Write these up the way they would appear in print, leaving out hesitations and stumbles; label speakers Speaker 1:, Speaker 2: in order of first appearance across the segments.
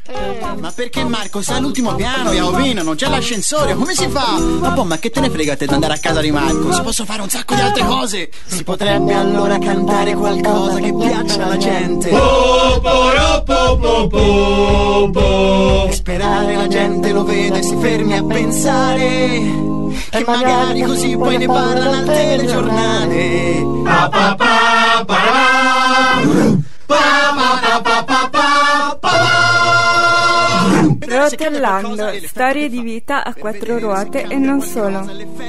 Speaker 1: Ma perché Marco sta all'ultimo piano, Iaovino, non c'è l'ascensore, come si fa? Ma che te ne frega te di andare a casa di Marco? Si possono fare un sacco di altre cose. Si potrebbe allora cantare qualcosa che piaccia alla gente e sperare la gente lo vede e si fermi a pensare che magari così poi ne parlano al telegiornale. Pa pa pa pa
Speaker 2: Rotellando, storie di vita a quattro ruote e non solo.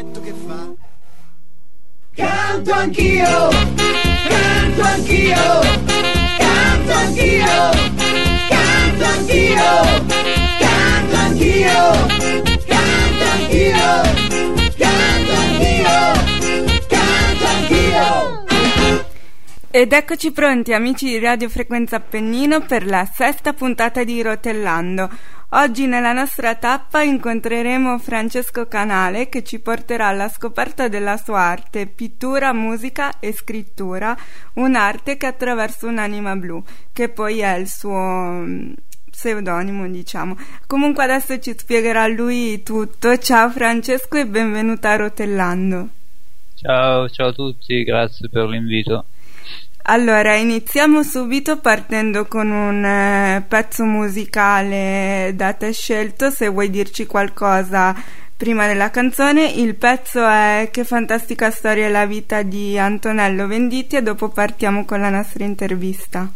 Speaker 3: Canto anch'io, canto anch'io, canto anch'io, canto anch'io, canto anch'io, canto anch'io, canto anch'io, canto anch'io.
Speaker 2: Ed eccoci pronti, amici di Radio Frequenza Appennino, per la sesta puntata di Rotellando. Oggi nella nostra tappa incontreremo Francesco Canale, che ci porterà alla scoperta della sua arte, pittura, musica e scrittura, un'arte che attraversa un'anima blu, che poi è il suo pseudonimo, diciamo. Comunque adesso ci spiegherà lui tutto. Ciao Francesco e benvenuta a Rotellando.
Speaker 4: Ciao a tutti, grazie per l'invito.
Speaker 2: Allora, iniziamo subito partendo con un pezzo musicale da te scelto. Se vuoi dirci qualcosa prima della canzone. Il pezzo è Che fantastica storia è la vita di Antonello Venditti e dopo partiamo con la nostra intervista.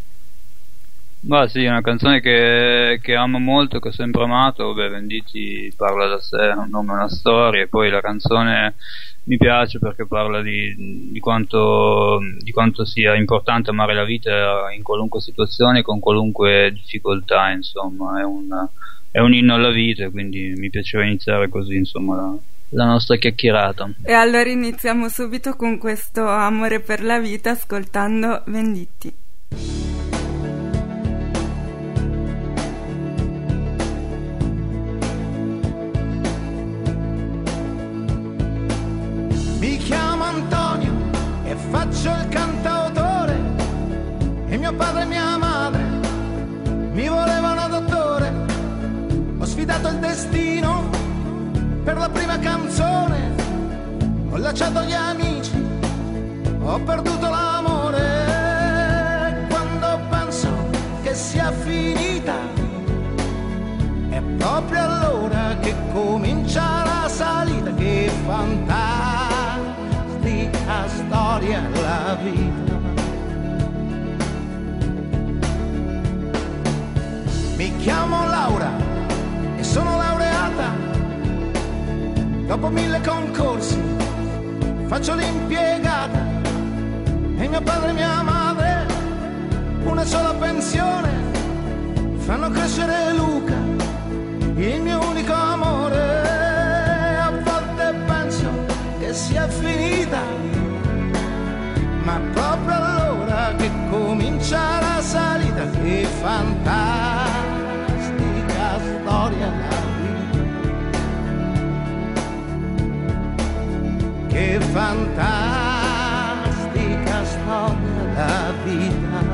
Speaker 4: Ma sì, è una canzone che amo molto, che ho sempre amato. Beh, Venditti parla da sé, è un nome, una storia, e poi la canzone mi piace perché parla di quanto sia importante amare la vita in qualunque situazione, con qualunque difficoltà, insomma, è un inno alla vita, quindi mi piaceva iniziare così, insomma, la nostra chiacchierata.
Speaker 2: E allora iniziamo subito con questo amore per la vita ascoltando Venditti.
Speaker 3: Mi chiamo Antonio e faccio il cantautore, e mio padre e mia madre mi volevano dottore. Ho sfidato il destino per la prima canzone, ho lasciato gli amici, ho perduto l'amore. Quando penso che sia finita, è proprio allora che comincia la salita. Che fantastica storia la vita. Mi chiamo Laura e sono laureata. Dopo 1000 concorsi faccio l'impiegata, e mio padre e mia madre una sola pensione fanno crescere Luca, il mio unico amore. A volte penso che sia finita, ma proprio allora che comincia la salita. Che fantastica storia la vita, che fantastica storia la vita.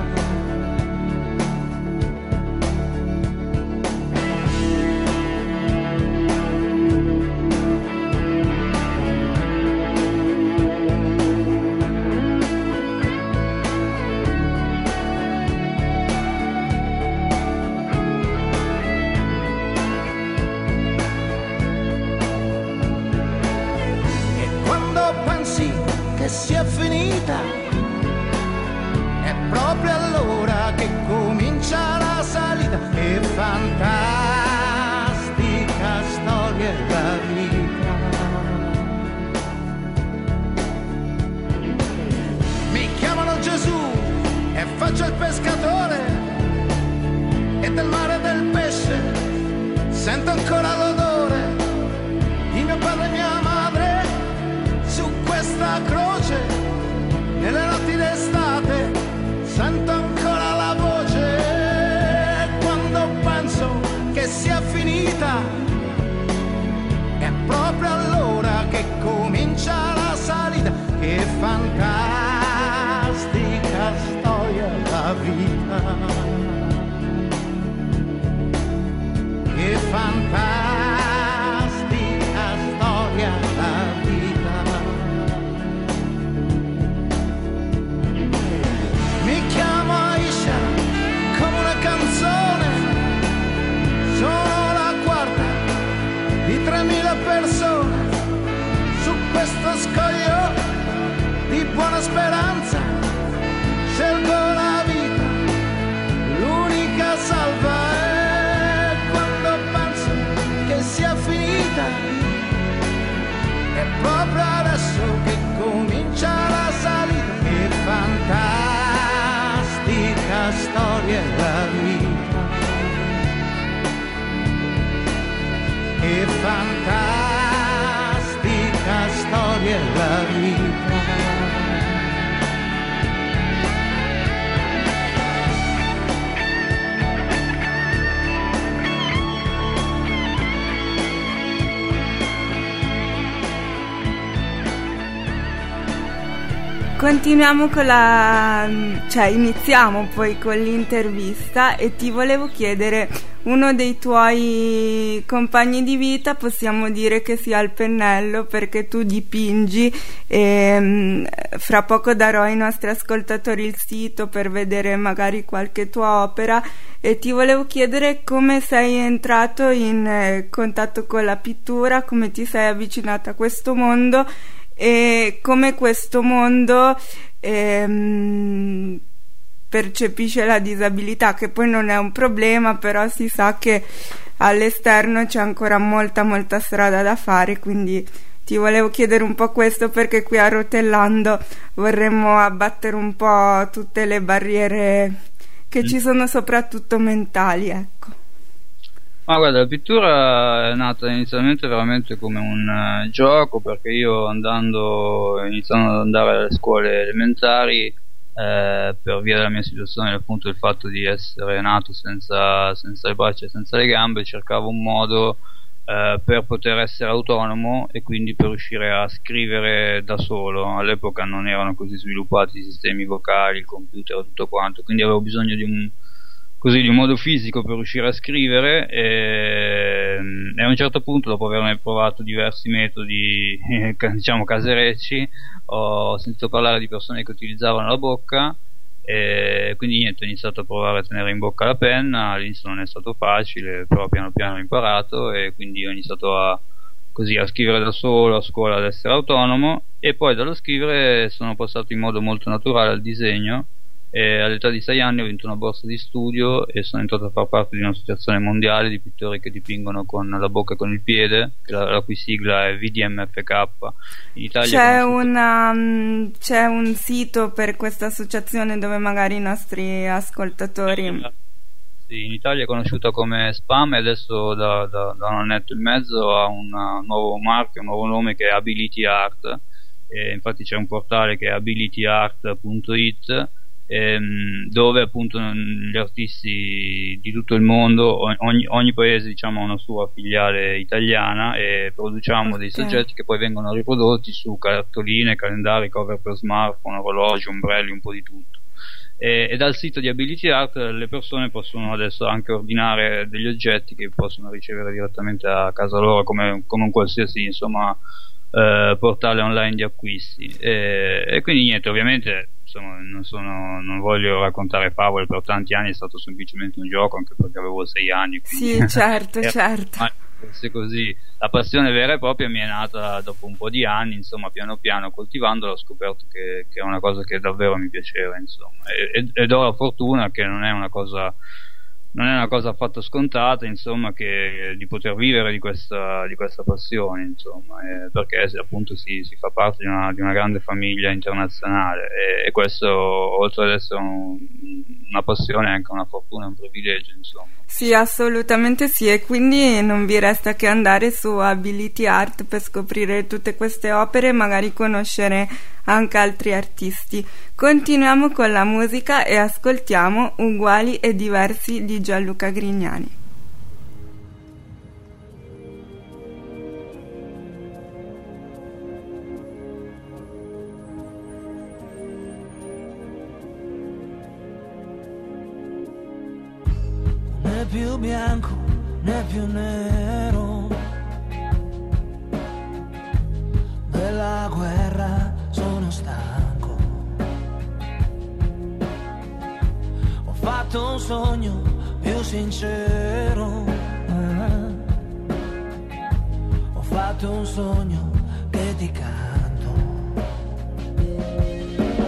Speaker 3: Che sia finita, è proprio allora che comincia la salita. Che fantastica storia è la vita. Mi chiamano Gesù e faccio il pescatore, e del mare e del pesce sento ancora l'odore di mio padre e mia madre su questa croce. Nelle notti d'estate sento ancora la voce. Quando penso che sia finita, è proprio allora che comincia la salita. Che fantastica storia la vita. speranza, scelgo la vita, l'unica salva è quando penso che sia finita, è proprio adesso che comincia la salita. Che fantastica storia è la vita, che fantastica storia è la vita.
Speaker 2: Continuiamo iniziamo poi con l'intervista e ti volevo chiedere, uno dei tuoi compagni di vita possiamo dire che sia il pennello, perché tu dipingi e fra poco darò ai nostri ascoltatori il sito per vedere magari qualche tua opera, e ti volevo chiedere come sei entrato in contatto con la pittura, come ti sei avvicinato a questo mondo e come questo mondo percepisce la disabilità, che poi non è un problema, però si sa che all'esterno c'è ancora molta strada da fare, quindi ti volevo chiedere un po' questo, perché qui a Rotellando vorremmo abbattere un po' tutte le barriere che ci sono, soprattutto mentali, ecco.
Speaker 4: Ma guarda, la pittura è nata inizialmente veramente come un gioco, perché io iniziando ad andare alle scuole elementari, per via della mia situazione, appunto il fatto di essere nato senza le braccia e senza le gambe, cercavo un modo per poter essere autonomo e quindi per riuscire a scrivere da solo. All'epoca non erano così sviluppati i sistemi vocali, il computer e tutto quanto, quindi avevo bisogno di un modo fisico per riuscire a scrivere, e a un certo punto, dopo aver provato diversi metodi diciamo caserecci, ho sentito parlare di persone che utilizzavano la bocca, e quindi niente, ho iniziato a provare a tenere in bocca la penna. All'inizio non è stato facile, però piano piano ho imparato, e quindi ho iniziato a scrivere da solo a scuola, ad essere autonomo, e poi dallo scrivere sono passato in modo molto naturale al disegno. E all'età di 6 anni ho vinto una borsa di studio e sono entrato a far parte di un'associazione mondiale di pittori che dipingono con la bocca e con il piede, la cui sigla è VDMFK. In Italia
Speaker 2: c'è un sito per questa associazione dove magari i nostri ascoltatori...
Speaker 4: Sì, in Italia è conosciuta come SPAM, e adesso da un annetto e mezzo ha un nuovo marchio, un nuovo nome, che è Ability Art, e infatti c'è un portale che è abilityart.it, dove appunto gli artisti di tutto il mondo, ogni paese diciamo ha una sua filiale italiana, e produciamo dei soggetti che poi vengono riprodotti su cartoline, calendari, cover per smartphone, orologi, ombrelli, un po' di tutto. E dal sito di Ability Art le persone possono adesso anche ordinare degli oggetti che possono ricevere direttamente a casa loro, come un qualsiasi portale online di acquisti, e quindi niente, ovviamente non voglio raccontare favole, per tanti anni è stato semplicemente un gioco, anche perché avevo 6 anni,
Speaker 2: sì, certo.
Speaker 4: Se così, la passione vera e propria mi è nata dopo un po' di anni, insomma, piano piano coltivandola ho scoperto che è una cosa che davvero mi piaceva, insomma, ed ho la fortuna che non è una cosa affatto scontata, insomma, di poter vivere di questa passione, insomma, perché appunto si fa parte di una grande famiglia internazionale, e questo, oltre ad essere una passione, è anche una fortuna, un privilegio, insomma.
Speaker 2: Sì, assolutamente sì, e quindi non vi resta che andare su Ability Art per scoprire tutte queste opere e magari conoscere anche altri artisti. Continuiamo con la musica e ascoltiamo Uguali e diversi di Gianluca Grignani.
Speaker 5: Né più bianco né più nero, della guerra sono stanco. Ho fatto un sogno più sincero, ho fatto un sogno che ti canto.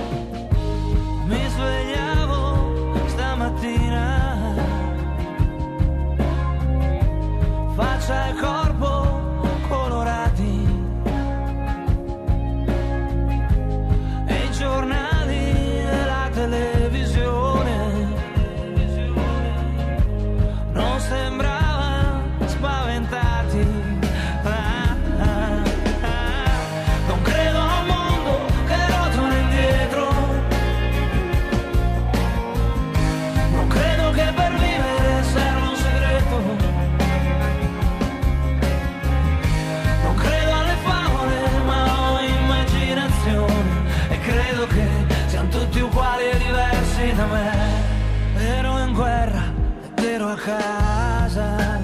Speaker 5: casa,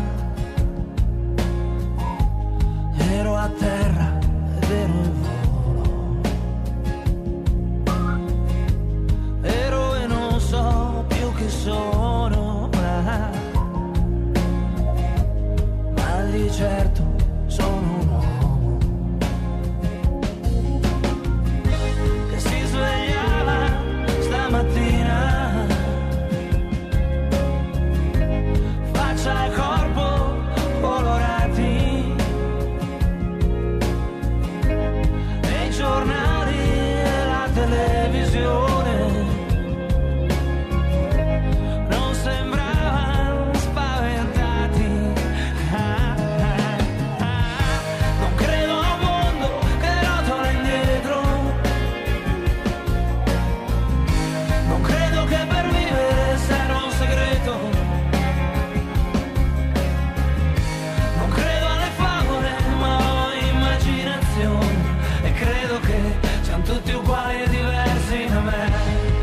Speaker 5: ero a terra ed ero in volo, ero e non so più chi sono, ma di certo sono un uomo che si svegliava stamattina, faccia e corpo colorati, e i giornali e la televisione non sembravano spaventati. Non credo a un mondo che rotola indietro, non credo che per vivere serva un segreto, non credo alle favole ma ho immaginazione, e credo che siamo tutti uguali e diversi da me.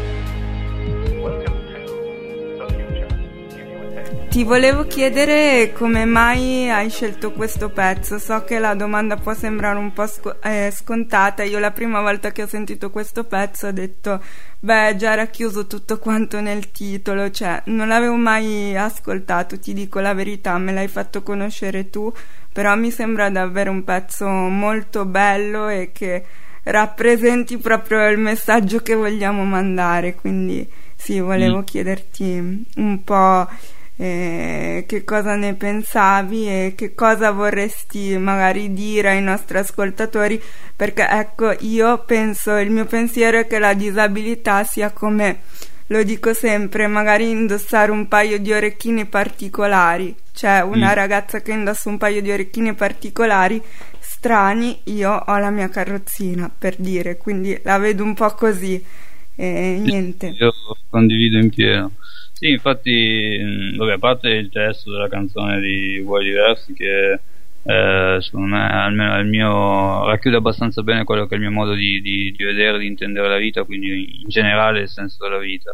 Speaker 2: Ti volevo chiedere come mai hai scelto questo pezzo. So che la domanda può sembrare un po' scontata. Io la prima volta che ho sentito questo pezzo ho detto beh, già era chiuso tutto quanto nel titolo, cioè non l'avevo mai ascoltato, ti dico la verità, me l'hai fatto conoscere tu, però mi sembra davvero un pezzo molto bello e che rappresenti proprio il messaggio che vogliamo mandare, quindi sì, volevo chiederti un po' che cosa ne pensavi e che cosa vorresti magari dire ai nostri ascoltatori, perché ecco, io penso, il mio pensiero è che la disabilità sia come, lo dico sempre, magari indossare un paio di orecchini particolari, cioè una ragazza che indossa un paio di orecchini particolari strani, io ho la mia carrozzina, per dire, quindi la vedo un po' così, niente.
Speaker 4: Io condivido in pieno. Sì, infatti, vabbè, a parte il testo della canzone di Uguali Diversi, che secondo me almeno il mio racchiude abbastanza bene quello che è il mio modo di vedere, di intendere la vita, quindi in generale il senso della vita.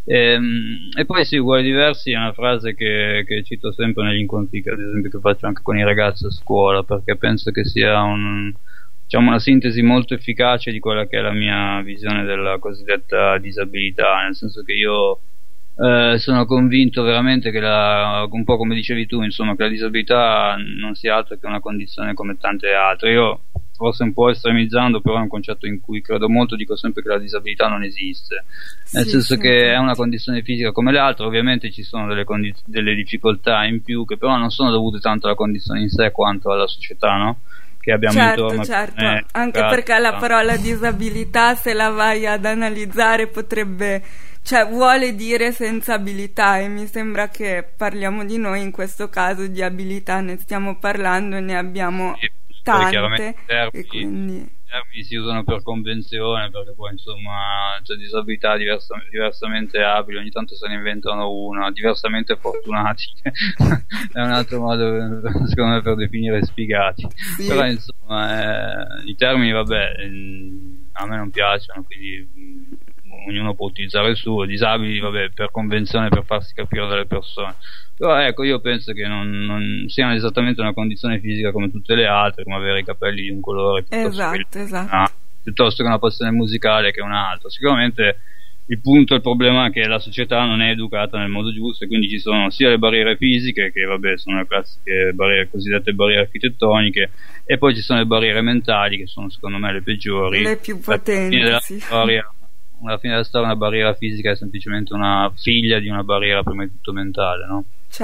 Speaker 4: E poi sì, Uguali Diversi è una frase che cito sempre negli incontri, ad esempio, che faccio anche con i ragazzi a scuola, perché penso che sia diciamo, una sintesi molto efficace di quella che è la mia visione della cosiddetta disabilità, nel senso che io sono convinto veramente che un po' come dicevi tu, insomma, che la disabilità non sia altro che una condizione come tante altre. Io, forse un po' estremizzando, però è un concetto in cui credo molto, dico sempre che la disabilità non esiste, nel senso che è una condizione fisica come le altre. Ovviamente ci sono delle difficoltà in più, che però non sono dovute tanto alla condizione in sé quanto alla società, no? Che abbiamo intorno.
Speaker 2: Certo, anche perché la parola disabilità, se la vai ad analizzare, potrebbe, cioè vuole dire senza abilità, e mi sembra che parliamo di noi in questo caso, di abilità ne stiamo parlando e ne abbiamo tante, e quindi
Speaker 4: i termini si usano per convenzione, perché poi insomma c'è disabilità diversamente abili, ogni tanto se ne inventano una, diversamente fortunati è un altro modo secondo me per definire sfigati, sì. Però insomma i termini, vabbè, a me non piacciono, quindi ognuno può utilizzare il suo. Disabili, vabbè, per convenzione, per farsi capire dalle persone. Però ecco, io penso che non siano esattamente una condizione fisica come tutte le altre, come avere i capelli di un colore piuttosto che una passione musicale che un altro. Sicuramente il punto, il problema è che la società non è educata nel modo giusto, e quindi ci sono sia le barriere fisiche, che vabbè sono le classiche barriere, cosiddette barriere architettoniche, e poi ci sono le barriere mentali, che sono secondo me le peggiori,
Speaker 2: le più potenti.
Speaker 4: Alla fine della storia una barriera fisica è semplicemente una figlia di una barriera prima di tutto mentale, no?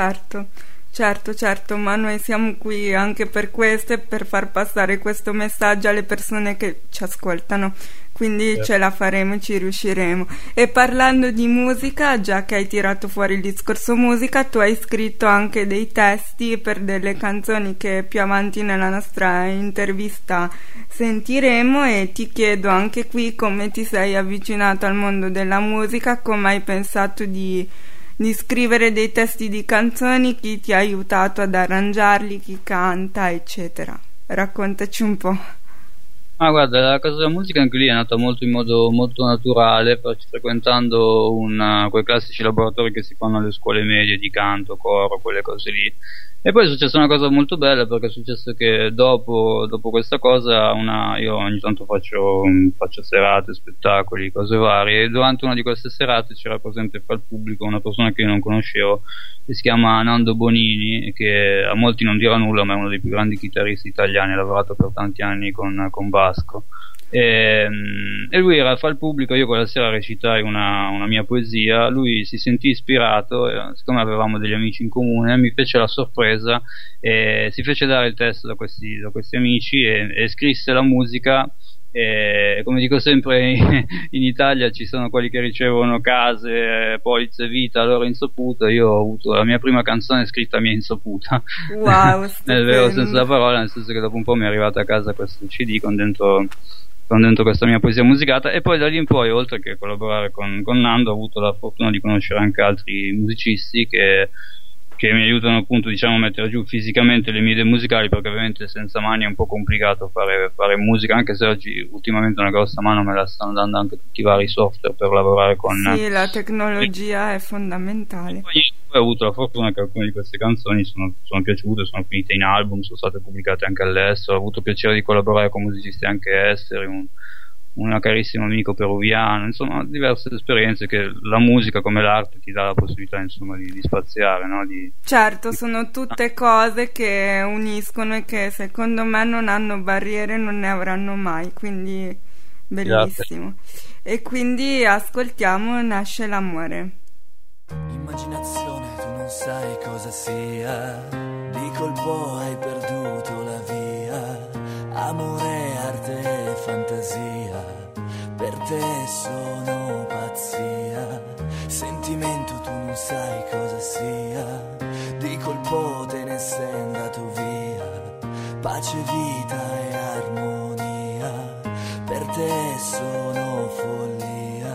Speaker 2: Certo, ma noi siamo qui anche per questo e per far passare questo messaggio alle persone che ci ascoltano, quindi ce la faremo, ci riusciremo. E parlando di musica, già che hai tirato fuori il discorso musica, tu hai scritto anche dei testi per delle canzoni che più avanti nella nostra intervista sentiremo, e ti chiedo anche qui come ti sei avvicinato al mondo della musica, come hai pensato di scrivere dei testi di canzoni, chi ti ha aiutato ad arrangiarli, chi canta, eccetera. Raccontaci un po'.
Speaker 4: Ah, guarda, la casa della musica anche lì è nata molto in modo molto naturale, frequentando quei classici laboratori che si fanno alle scuole medie di canto, coro, quelle cose lì. E poi è successa una cosa molto bella, perché è successo che dopo questa cosa io ogni tanto faccio serate, spettacoli, cose varie, e durante una di queste serate c'era presente fra il pubblico una persona che io non conoscevo, che si chiama Nando Bonini, che a molti non dirà nulla, ma è uno dei più grandi chitarristi italiani, ha lavorato per tanti anni con Vasco. E lui era fra il pubblico, io quella sera recitai una mia poesia, lui si sentì ispirato, siccome avevamo degli amici in comune, mi fece la sorpresa e si fece dare il testo da questi amici e scrisse la musica. E come dico sempre, in Italia ci sono quelli che ricevono case, polizze vita a loro insaputa. Io ho avuto la mia prima canzone scritta a mia insaputa.
Speaker 2: Wow,
Speaker 4: nel vero senso della parola, nel senso che dopo un po' mi è arrivata a casa questo CD con dentro questa mia poesia musicata, e poi da lì in poi, oltre che collaborare con Nando, ho avuto la fortuna di conoscere anche altri musicisti che mi aiutano appunto, diciamo, a mettere giù fisicamente le mie idee musicali, perché ovviamente senza mani è un po' complicato fare musica, anche se oggi ultimamente una grossa mano me la stanno dando anche tutti i vari software per lavorare con...
Speaker 2: Sì, la tecnologia è fondamentale.
Speaker 4: Poi ho avuto la fortuna che alcune di queste canzoni sono piaciute, sono finite in album, sono state pubblicate anche all'estero, ho avuto piacere di collaborare con musicisti anche esteri, un carissimo amico peruviano, insomma diverse esperienze che la musica come l'arte ti dà la possibilità, insomma, di spaziare, no?
Speaker 2: Certo, sono tutte cose che uniscono e che secondo me non hanno barriere, non ne avranno mai, quindi bellissimo. Grazie. E quindi ascoltiamo Nasce l'amore.
Speaker 5: Immaginazione, tu non sai cosa sia, di colpo hai perduto la via, amore, arte e fantasia, per te sono pazzia, sentimento, tu non sai cosa sia, di colpo te ne sei andato via, pace, vita e armonia, per te sono follia.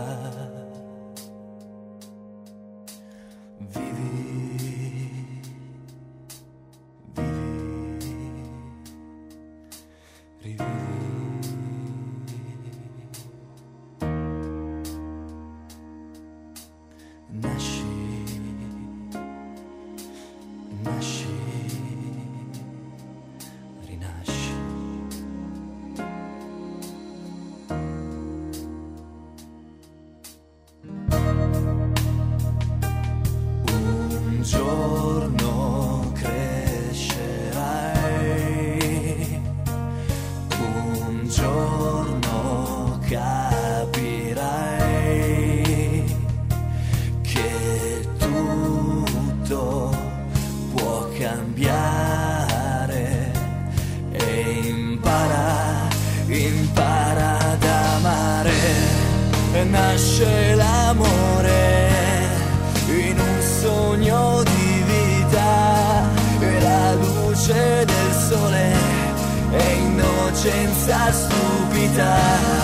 Speaker 5: Nasce l'amore in un sogno di vita, e la luce del sole è innocenza stupida.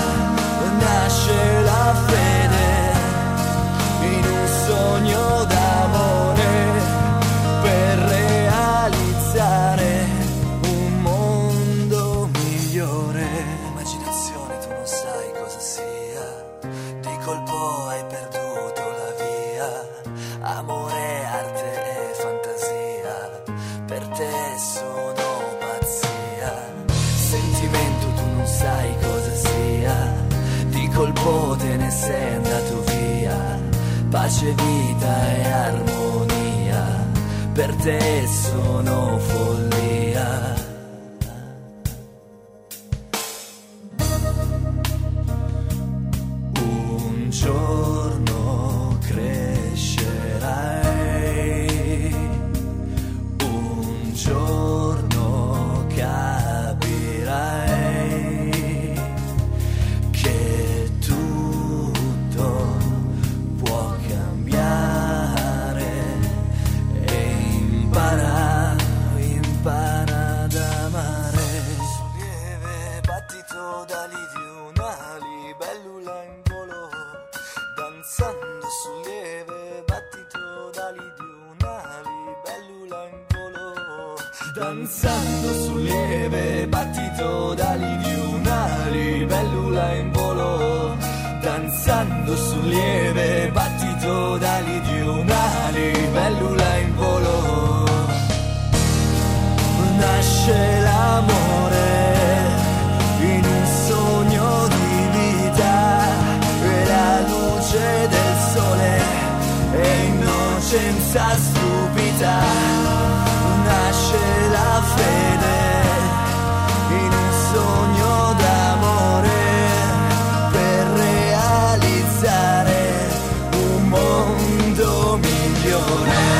Speaker 5: Nasce la fede in un sogno d'amore per realizzare un mondo migliore. Immaginazione, tu non sai cosa sia, di colpo hai perduto la via, amore, arte e fantasia, per te sono pazzia, sentimento, tu non sai cosa sia, di colpo te ne sei andato via, pace, vita e armonia, per te sono follia. Un giorno crescerai, un giorno capirai che tutto può cambiare, e impara ad amare. Sul lieve battito d'ali di una libellula in volo, danzando sul lieve battito d'ali di una libellula in volo, danzando sul lieve battito d'ali di una libellula in volo, danzando sul lieve battito d'ali di una libellula in volo. Nasce l'amore in un sogno di vita, e la luce del sole è innocenza stupida. Nasce la fede in un sogno d'amore per realizzare un mondo migliore.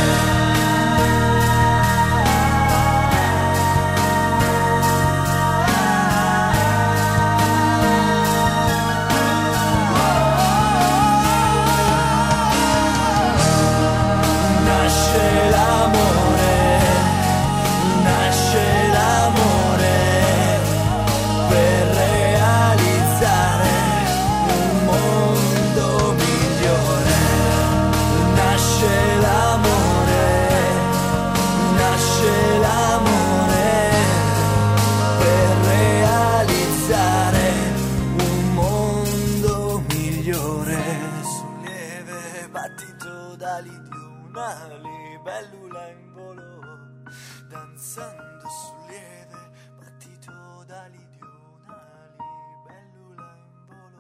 Speaker 5: Libellula in volo, danzando sul lieve battito d'ali di una libellula in volo.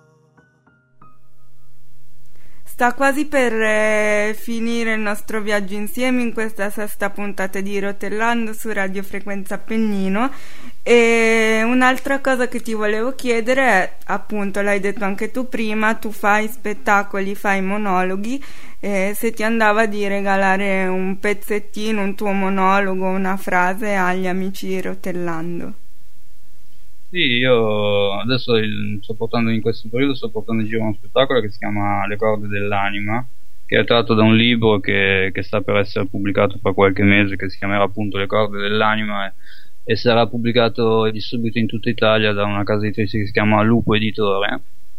Speaker 2: Sta quasi per finire il nostro viaggio insieme in questa sesta puntata di Rotellando su Radio Frequenza Appennino. E un'altra cosa che ti volevo chiedere è, appunto, l'hai detto anche tu prima, tu fai spettacoli, fai monologhi, se ti andava di regalare un pezzettino, un tuo monologo, una frase agli amici di Rotellando.
Speaker 4: Sì, io adesso sto portando in questo periodo in giro uno spettacolo che si chiama Le corde dell'anima, che è tratto da un libro che sta per essere pubblicato fra qualche mese, che si chiamerà appunto Le corde dell'anima, e sarà pubblicato e distribuito in tutta Italia da una casa editrice che si chiama Lupo Editore.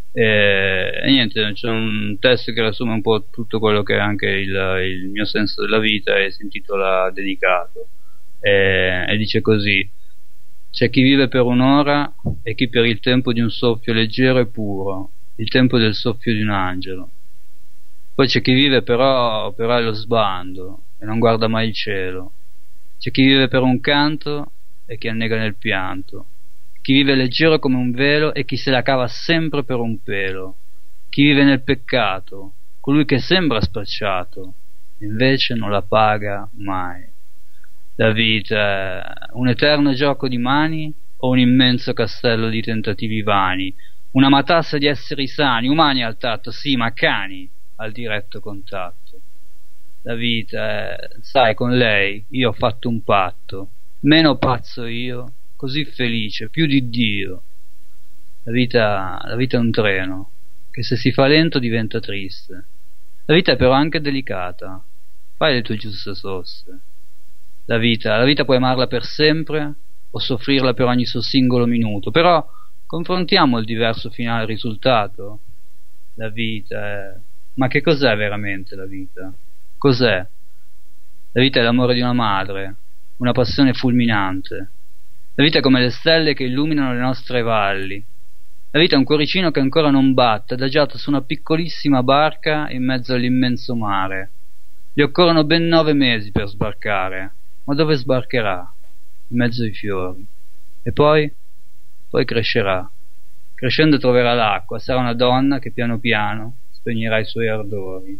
Speaker 4: E niente, c'è un testo che riassume un po' tutto quello che è anche il mio senso della vita, e si intitola Dedicato, e dice così: c'è chi vive per un'ora e chi per il tempo di un soffio leggero e puro, il tempo del soffio di un angelo. Poi c'è chi vive però è lo sbando e non guarda mai il cielo. C'è chi vive per un canto e chi annega nel pianto, chi vive leggero come un velo e chi se la cava sempre per un pelo, chi vive nel peccato, colui che sembra spacciato, invece non la paga mai. La vita è un eterno gioco di mani o un immenso castello di tentativi vani, una matassa di esseri sani, umani al tatto, sì, ma cani al diretto contatto. La vita è, sai, con lei io ho fatto un patto, meno pazzo io, così felice, più di Dio. La vita è un treno che se si fa lento diventa triste. La vita è però anche delicata, fai le tue giuste soste. La vita puoi amarla per sempre o soffrirla per ogni suo singolo minuto, però confrontiamo il diverso finale risultato. La vita è... ma che cos'è veramente la vita? Cos'è? La vita è l'amore di una madre, una passione fulminante. La vita è come le stelle che illuminano le nostre valli. La vita è un cuoricino che ancora non batte, adagiato su una piccolissima barca in mezzo all'immenso mare. Gli occorrono ben 9 mesi per sbarcare, ma dove sbarcherà? In mezzo ai fiori. E poi crescerà. Crescendo troverà l'acqua, sarà una donna che piano piano spegnerà i suoi ardori.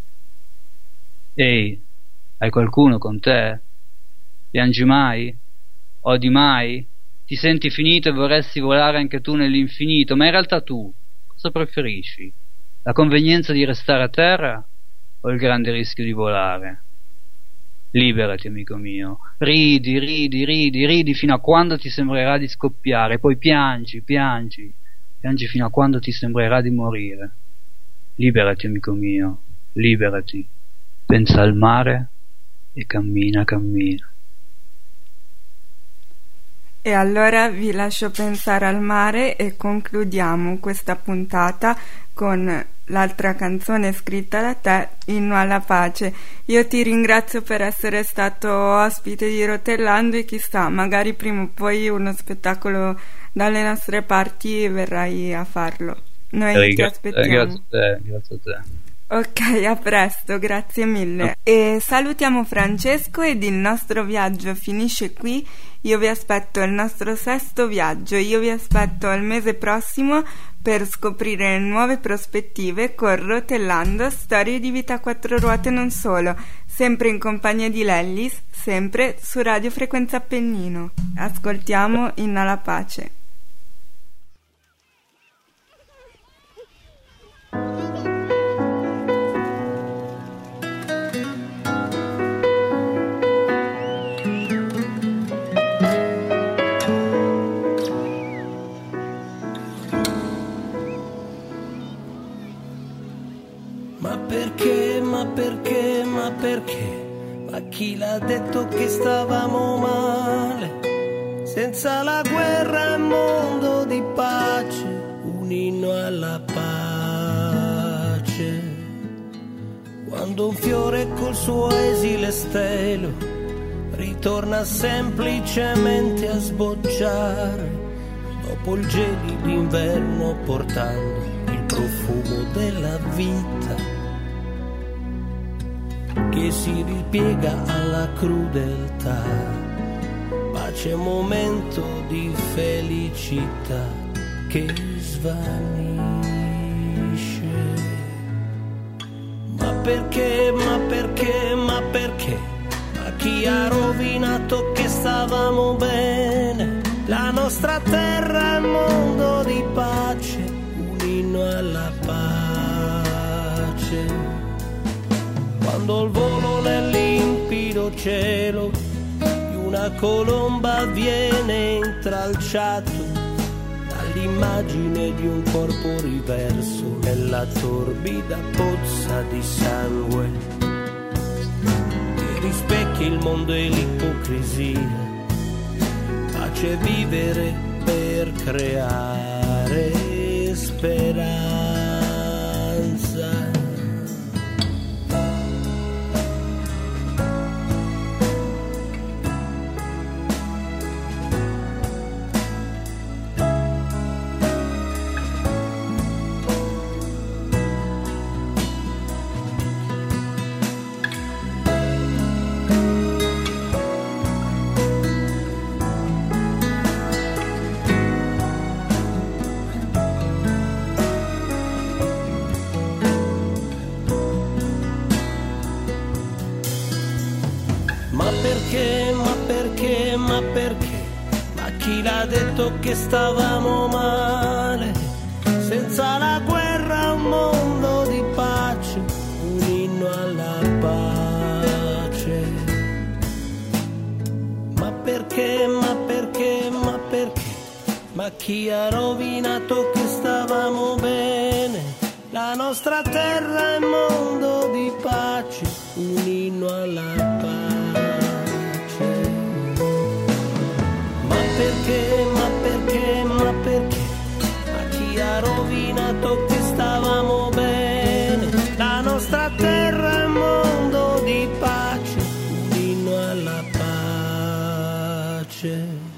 Speaker 4: Ehi, hai qualcuno con te? Piangi mai? Odi mai? Ti senti finito e vorresti volare anche tu nell'infinito, ma in realtà tu cosa preferisci? La convenienza di restare a terra o il grande rischio di volare? Liberati, amico mio, ridi fino a quando ti sembrerà di scoppiare, poi piangi fino a quando ti sembrerà di morire. Liberati, amico mio, liberati, pensa al mare e cammina.
Speaker 2: E allora vi lascio pensare al mare e concludiamo questa puntata con l'altra canzone scritta da te, Inno alla pace. Io ti ringrazio per essere stato ospite di Rotellando e chissà, magari prima o poi uno spettacolo dalle nostre parti verrai a farlo. Noi ti aspettiamo.
Speaker 4: Grazie a te.
Speaker 2: Ok, a presto, grazie mille. E salutiamo Francesco ed il nostro viaggio finisce qui. Io vi aspetto il nostro 6° viaggio. Io vi aspetto il mese prossimo per scoprire nuove prospettive con Rotellando, storie di vita a 4 ruote non solo, sempre in compagnia di Lellis, sempre su Radio Frequenza Appennino. Ascoltiamo Inno alla pace.
Speaker 5: Perché? Ma chi l'ha detto che stavamo male? Senza la guerra è un mondo di pace, un inno alla pace. Quando un fiore col suo esile stelo ritorna semplicemente a sbocciare, dopo il gelido inverno portando il profumo della vita che si ripiega alla crudeltà, pace è un momento di felicità che svanisce. Ma perché, ma perché, ma perché? Ma chi ha rovinato che stavamo bene? La nostra terra è un mondo di pace, un inno alla pace. Quando il volo nel limpido cielo di una colomba viene intralciato dall'immagine di un corpo riverso nella torbida pozza di sangue che rispecchia il mondo e l'ipocrisia, pace vivere per creare speranza. Ma perché? Ma chi l'ha detto che stavamo male? Senza la guerra un mondo di pace, un inno alla pace. Ma perché, ma perché, ma perché? Ma chi ha rovinato che stavamo bene? La nostra terra è un mondo di pace, un inno alla pace. Perché, ma perché, ma perché? Ma chi ha rovinato che stavamo bene? La nostra terra è un mondo di pace, un inno alla pace.